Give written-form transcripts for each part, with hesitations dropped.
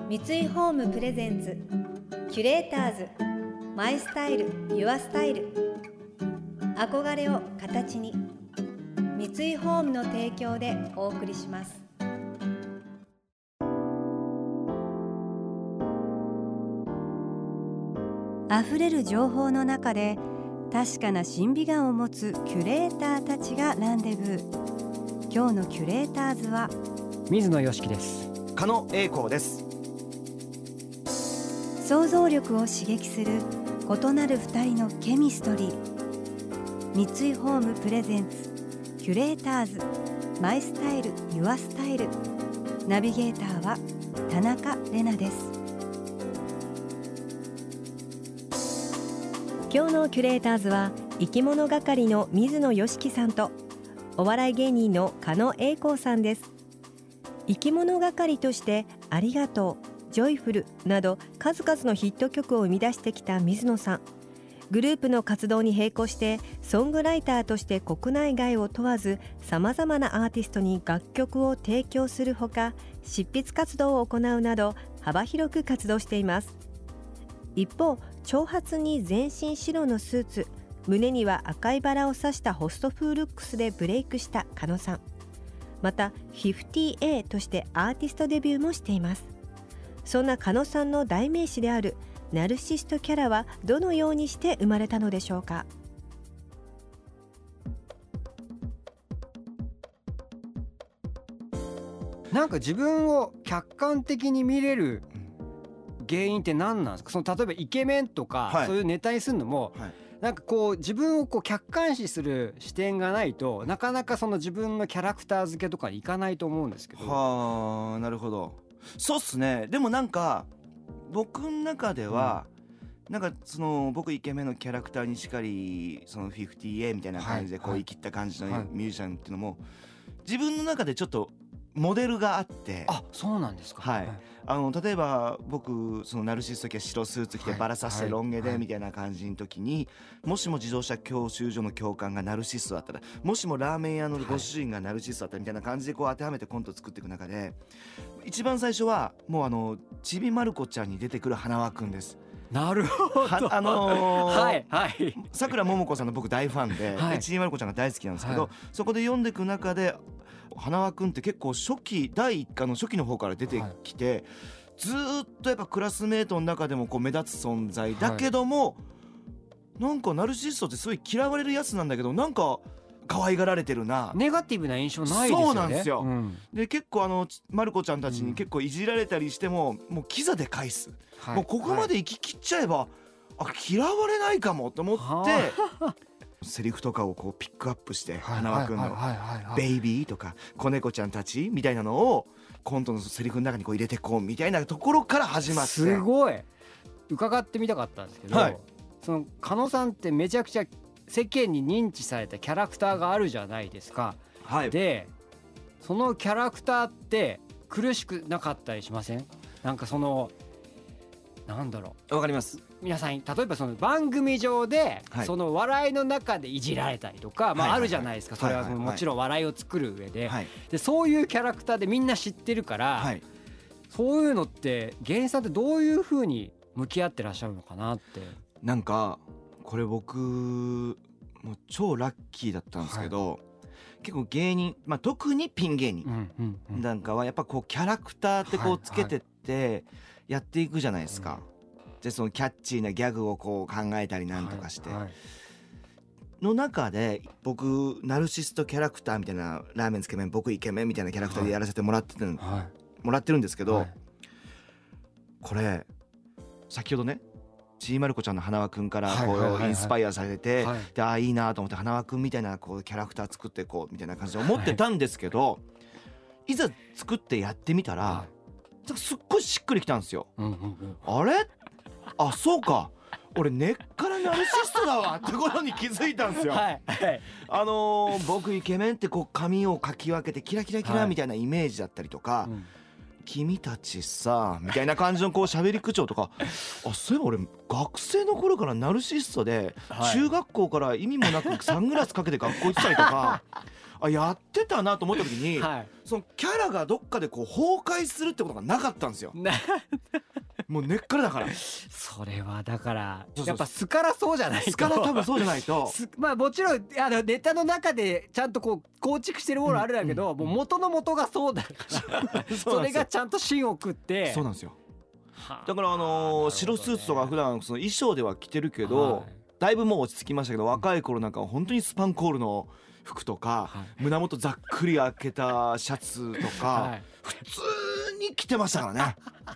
三井ホームプレゼンツキュレーターズマイスタイルユアスタイル、憧れを形に、三井ホームの提供でお送りします。あふれる情報の中で確かな審美眼を持つキュレーターたちがランデブー。今日のキュレーターズは水野良樹です。 加野英孝です。 想像力を刺激する異なる二人のケミストリー。三井ホームプレゼンツキュレーターズマイスタイルユアスタイル、ナビゲーターは田中れなです。今日のキュレーターズは生き物係の水野良樹さんとお笑い芸人の加野英孝さんです。生き物係としてありがとう、ジョイフルなど数々のヒット曲を生み出してきた水野さん。グループの活動に並行してソングライターとして国内外を問わずさまざまなアーティストに楽曲を提供するほか、執筆活動を行うなど幅広く活動しています。一方、長髪に全身白のスーツ、胸には赤いバラを刺したホスト風ルックスでブレイクした加野さん。また 50A としてアーティストデビューもしています。そんな加野さんの代名詞であるナルシストキャラはどのようにして生まれたのでしょうか。 なんか自分を客観的に見れる原因って何なんですか？その例えばイケメンとか、そういうネタにするのも、なんかこう自分をこう客観視する視点がないとなかなかその自分のキャラクター付けとかにいかないと思うんですけど。 はあ、なるほど。そうっすね。でもなんか僕の中では、なんかその僕イケメンのキャラクターにしかり、その 50A みたいな感じでこう生きった感じのミュージシャンっていうのも自分の中でちょっとモデルがあって。 あ、そうなんですか。 はい、例えば僕そのナルシスト系白スーツ着てバラさしてロン毛でみたいな感じの時に、もしも自動車教習所の教官がナルシストだったら、もしもラーメン屋のご主人がナルシストだったらみたいな感じでこう当てはめてコントを作っていく中で、一番最初はもうちびまる子ちゃんに出てくる花輪くんです。 なるほど。はいはい。 さくらももこさんの僕大ファンで、ちびまる子ちゃんが大好きなんですけど、そこで読んでいく中で花輪くんって結構初期第1巻の初期の方から出てきて、ずっとやっぱクラスメートの中でもこう目立つ存在だけども、なんかナルシストってすごい嫌われるやつなんだけど、なんか可愛がられてるな、 ネガティブな印象ないですよね。 そうなんですよ、で結構まる子ちゃんたちに結構いじられたりしても、もうキザで返す、もうここまで行き切っちゃえば、嫌われないかもと思ってセリフとかをこうピックアップして、花輪くんのベイビーとか子猫ちゃんたちみたいなのをコントのセリフの中にこう入れてこうみたいなところから始まって、 すごい伺ってみたかったんですけど、その加野さんってめちゃくちゃ世間に認知されたキャラクターがあるじゃないですか。でそのキャラクターって苦しくなかったりしません？なんかそのなんだろう、 わかります。 皆さん例えばその番組上でその笑いの中でいじられたりとか、あるじゃないですか。それはもちろん笑いを作る上で、そういうキャラクターでみんな知ってるから、そういうのって芸人さんってどういう風に向き合ってらっしゃるのかなって。 なんかこれ僕もう超ラッキーだったんですけど、結構芸人、特にピン芸人なんかはやっぱこうキャラクターってこうつけてってやっていくじゃないですか。でそのキャッチーなギャグをこう考えたりなんとかして、の中で僕ナルシストキャラクターみたいな、ラーメンつけ麺僕イケメンみたいなキャラクターでやらせてもらってるんですけど、これ先ほどねちーまる子ちゃんの花輪くんからこうインスパイアされて、でいいなと思って花輪くんみたいなこうキャラクター作っていこうみたいな感じで思ってたんですけど、いざ作ってやってみたらすっごいしっくりきたんですよ。あれ、そうか、俺根っからナルシストだわってことに気づいたんですよ。僕イケメンってこう髪をかき分けてキラキラキラみたいなイメージだったりとか、君たちさみたいな感じのこう喋り口調とか、そういえば俺学生の頃からナルシストで、中学校から意味もなくサングラスかけて学校行ってたりとかやってたなと思った時に、 はい、 そのキャラがどっかでこう崩壊するってことがなかったんですよもう根っからだから。 それはだからやっぱスからそうじゃないと、 スから多分そうじゃないとまあもちろんネタの中でちゃんとこう構築してるものあるんだけど、もう元の元がそうだからそれがちゃんと芯を食って。 そうなんですよ。だから白スーツとか普段その衣装では着てるけど、だいぶもう落ち着きましたけど、若い頃なんかは本当にスパンコールの服とか、胸元ざっくり開けたシャツとか、普通に着てましたからね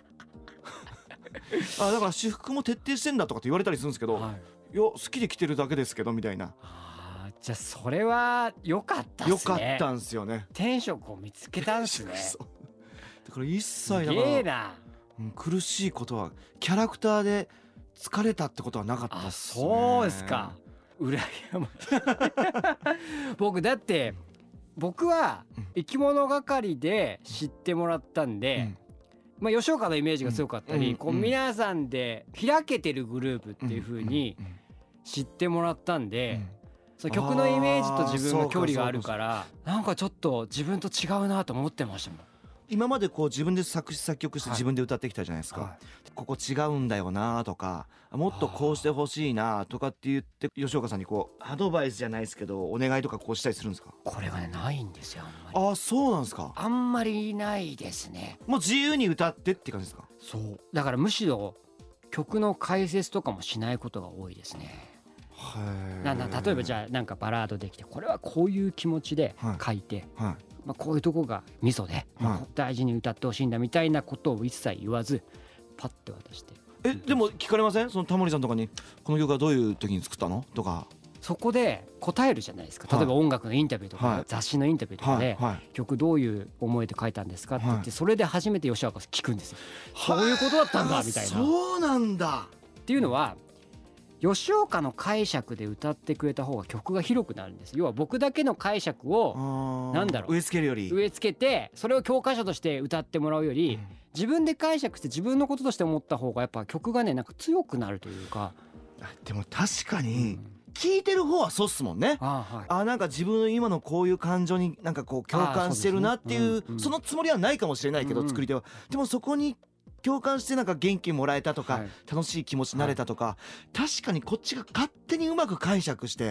だから私服も徹底してんだとかって言われたりするんですけど、いや好きで着てるだけですけどみたいな。 じゃあそれは良かったっすね。 良かったんすよね。 転職を見つけたんすねだから一切すげえな、 苦しいことはキャラクターで疲れたってことはなかったっすね。 そうですか。羨ましい僕だって僕は生き物係で知ってもらったんで、まあ、吉岡のイメージが強かったり、こう皆さんで開けてるグループっていう風に知ってもらったんで、その曲のイメージと自分の距離があるから、なんかちょっと自分と違うなと思ってましたもん。 今までこう自分で作詞作曲して自分で歌ってきたじゃないですか、ここ違うんだよなとか、もっとこうしてほしいなとかって言って吉岡さんにこうアドバイスじゃないですけどお願いとかこうしたりするんですか？ これはねないんですよ。あんまり。 そうなんですか。 あんまりないですね。 もう自由に歌ってって感じですか？ そうだからむしろ曲の解説とかもしないことが多いですね。例えばじゃあなんかバラードできてこれはこういう気持ちで書いて、まあ、こういうとこがミソで、大事に歌ってほしいんだみたいなことを一切言わずパッて渡して。 でも聞かれません？そのタモリさんとかにこの曲はどういう時に作ったのとか。 そこで答えるじゃないですか。例えば音楽のインタビューとか、雑誌のインタビューとかで、曲どういう思いで書いたんですかって言って、それで初めて吉岡さん聞くんですよ。そういうことだったんだみたいな。 そうなんだっていうのは吉岡の解釈で歌ってくれた方が曲が広くなるんです。要は僕だけの解釈を植え付けるより植え付けてそれを教科書として歌ってもらうより、自分で解釈して自分のこととして思った方がやっぱ曲がねなんか強くなるというか。 でも確かに聞いてる方はそうっすもんね。なんか自分の今のこういう感情になんかこう共感してるなっていう、そのつもりはないかもしれないけど、作り手はでもそこに共感してなんか元気もらえたとか、楽しい気持ちになれたとか、確かにこっちが勝手にうまく解釈して、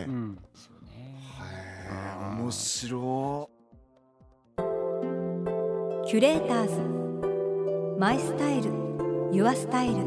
面白い。キュレーターズマイスタイルユアスタイル。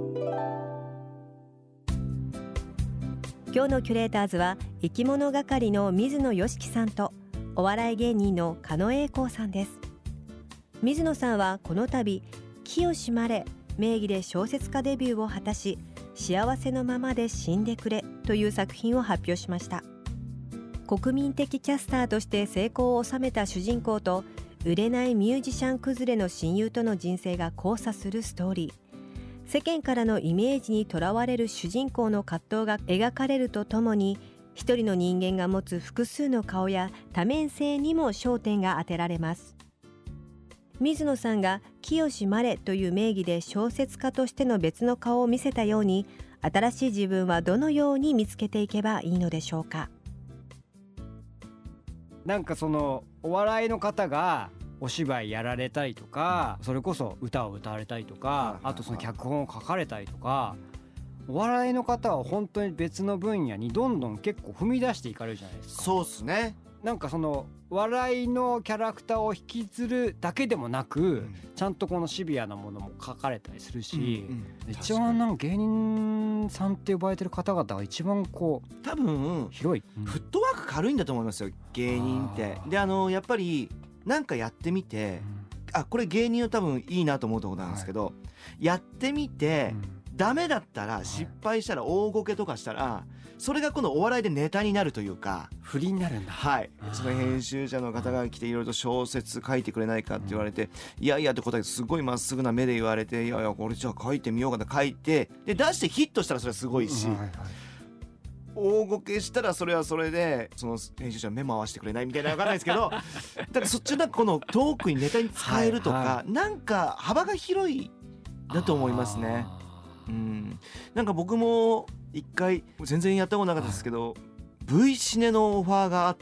今日のキュレーターズは生き物係の水野良樹さんとお笑い芸人の狩野英孝さんです。水野さんはこの度清まれ名義で小説家デビューを果たし、幸せのままで死んでくれという作品を発表しました。国民的キャスターとして成功を収めた主人公と売れないミュージシャン崩れの親友との人生が交差するストーリー。世間からのイメージにとらわれる主人公の葛藤が描かれるとともに、一人の人間が持つ複数の顔や多面性にも焦点が当てられます。水野さんが清まれという名義で小説家としての別の顔を見せたように、新しい自分はどのように見つけていけばいいのでしょうか。 なんかそのお笑いの方がお芝居やられたりとか、それこそ歌を歌われたりとか、あとその脚本を書かれたりとか、お笑いの方は本当に別の分野にどんどん結構踏み出していかれるじゃないですか。 そうっすね。 なんかその笑いのキャラクターを引きずるだけでもなく、ちゃんとこのシビアなものも書かれたりするし、一番なんか芸人さんって呼ばれてる方々が一番こう多分広い、 フットワーク軽いんだと思いますよ、芸人って。でやっぱりなんかやってみて、これ芸人は多分いいなと思うところなんですけど、やってみて、ダメだったら失敗したら大ごけとかしたら、それがこのお笑いでネタになるというか、 振りになるんだ。 その編集者の方が来ていろいろと小説書いてくれないかって言われて、いやいやって答えてすごいまっすぐな目で言われて、いやいやこれじゃあ書いてみようかな、書いてで出してヒットしたらそれはすごいし、大ごけしたらそれはそれでその編集者は目も合わせてくれないみたいなの分かんないですけどだからそっちのこのトークにネタに使えるとか、なんか幅が広いだと思いますね。なんか僕も一回全然やったことなかったですけど、 V シネのオファーがあって、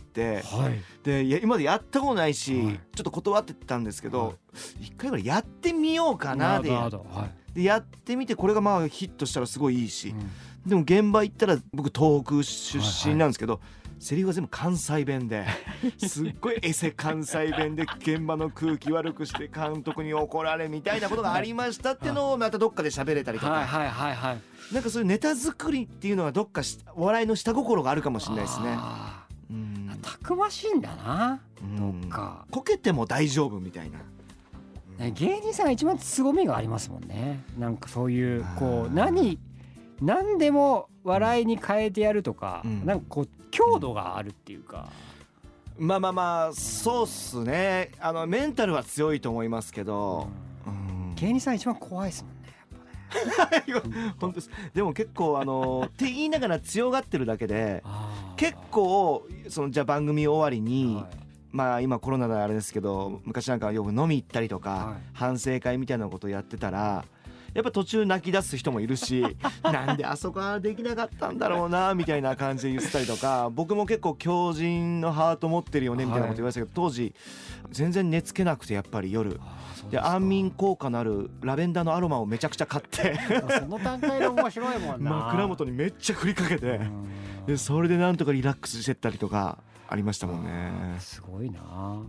はい、 で今までやったことないし、 はい、 ちょっと断ってたんですけど、 はい、 一回ぐらいやってみようかなでやってみて、これがまあヒットしたらすごいいいし、でも現場行ったら僕東北出身なんですけど、セリフが全部関西弁ですっごいエセ関西弁で現場の空気悪くして監督に怒られみたいなことがありましたっていうのをまたどっかで喋れたりとか、なんかそういうネタ作りっていうのはどっかお笑いの下心があるかもしれないですね。 たくましいんだな、どっかこけても大丈夫みたいな。 芸人さんが一番凄みがありますもんね。なんかそういうこう何でも笑いに変えてやるとか、なんかこう強度があるっていうか、 まあそうっすね。メンタルは強いと思いますけど、 芸人さん一番怖いですもんね。 本当です。でも結構って言いながら強がってるだけで、結構じゃあ番組終わりに、まあ今コロナであれですけど、昔なんかよく飲み行ったりとか、反省会みたいなことをやってたら、やっぱ途中泣き出す人もいるしなんであそこはできなかったんだろうなみたいな感じで言ってたりとか、僕も結構強靭のハート持ってるよねみたいなこと言われてたけど、当時全然寝つけなくて、やっぱり夜で安眠効果のあるラベンダーのアロマをめちゃくちゃ買ってその段階で面白いもんな枕元にめっちゃ振りかけて、でそれでなんとかリラックスしてったりとかありましたもんね。 すごいな。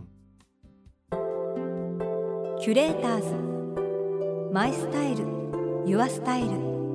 キュレーターズマイスタイルユアスタイル。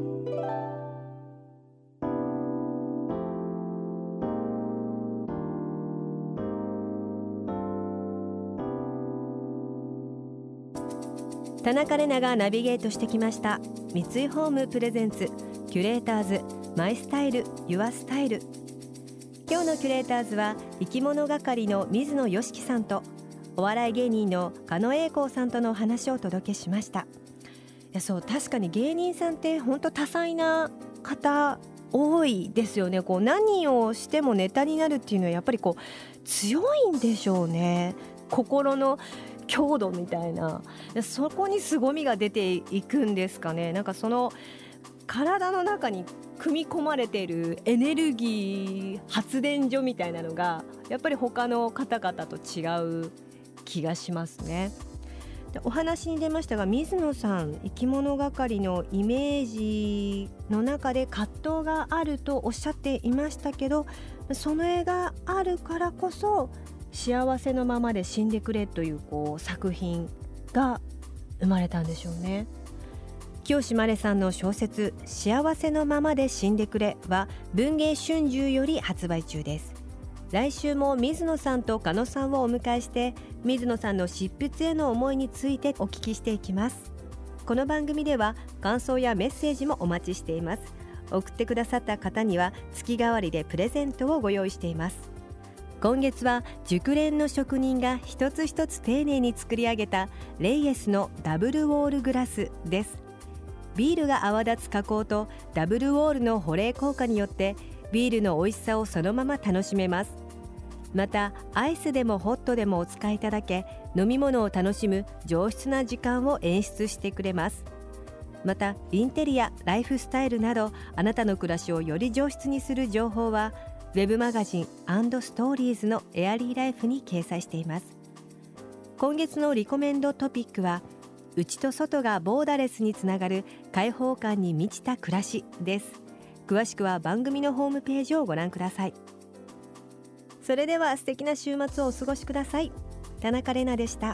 田中玲奈がナビゲートしてきました三井ホームプレゼンツキュレーターズマイスタイルユアスタイル。今日のキュレーターズは生き物係の水野良樹さんとお笑い芸人の狩野英孝さんとのお話をお届けしました。いや、そう、確かに芸人さんって本当多彩な方多いですよね。こう何をしてもネタになるっていうのはやっぱりこう強いんでしょうね。心の強度みたいな、そこに凄みが出ていくんですかね。なんかその体の中に組み込まれているエネルギー発電所みたいなのがやっぱり他の方々と違う気がしますね。で、お話に出ましたが、水野さん生き物係のイメージの中で葛藤があるとおっしゃっていましたけど、その絵があるからこそ幸せのままで死んでくれという、作品が生まれたんでしょうね。清志まれさんの小説幸せのままで死んでくれは文藝春秋より発売中です。来週も水野さんと狩野さんをお迎えして水野さんの執筆への思いについてお聞きしていきます。この番組では感想やメッセージもお待ちしています。送ってくださった方には月替わりでプレゼントをご用意しています。今月は熟練の職人が一つ一つ丁寧に作り上げたレイエスのダブルウォールグラスです。ビールが泡立つ加工とダブルウォールの保冷効果によってビールの美味しさをそのまま楽しめます。またアイスでもホットでもお使いいただけ、飲み物を楽しむ上質な時間を演出してくれます。またインテリア、ライフスタイルなどあなたの暮らしをより上質にする情報はウェブマガジン&ストーリーズのエアリーライフに掲載しています。今月のリコメンドトピックは内と外がボーダレスにつながる開放感に満ちた暮らしです。詳しくは番組のホームページをご覧ください。それでは素敵な週末をお過ごしください。田中玲奈でした。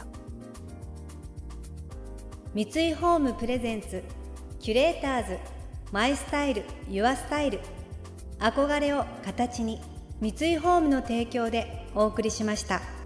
三井ホームプレゼンツキュレーターズマイスタイルユアスタイル。憧れを形に、三井ホームの提供でお送りしました。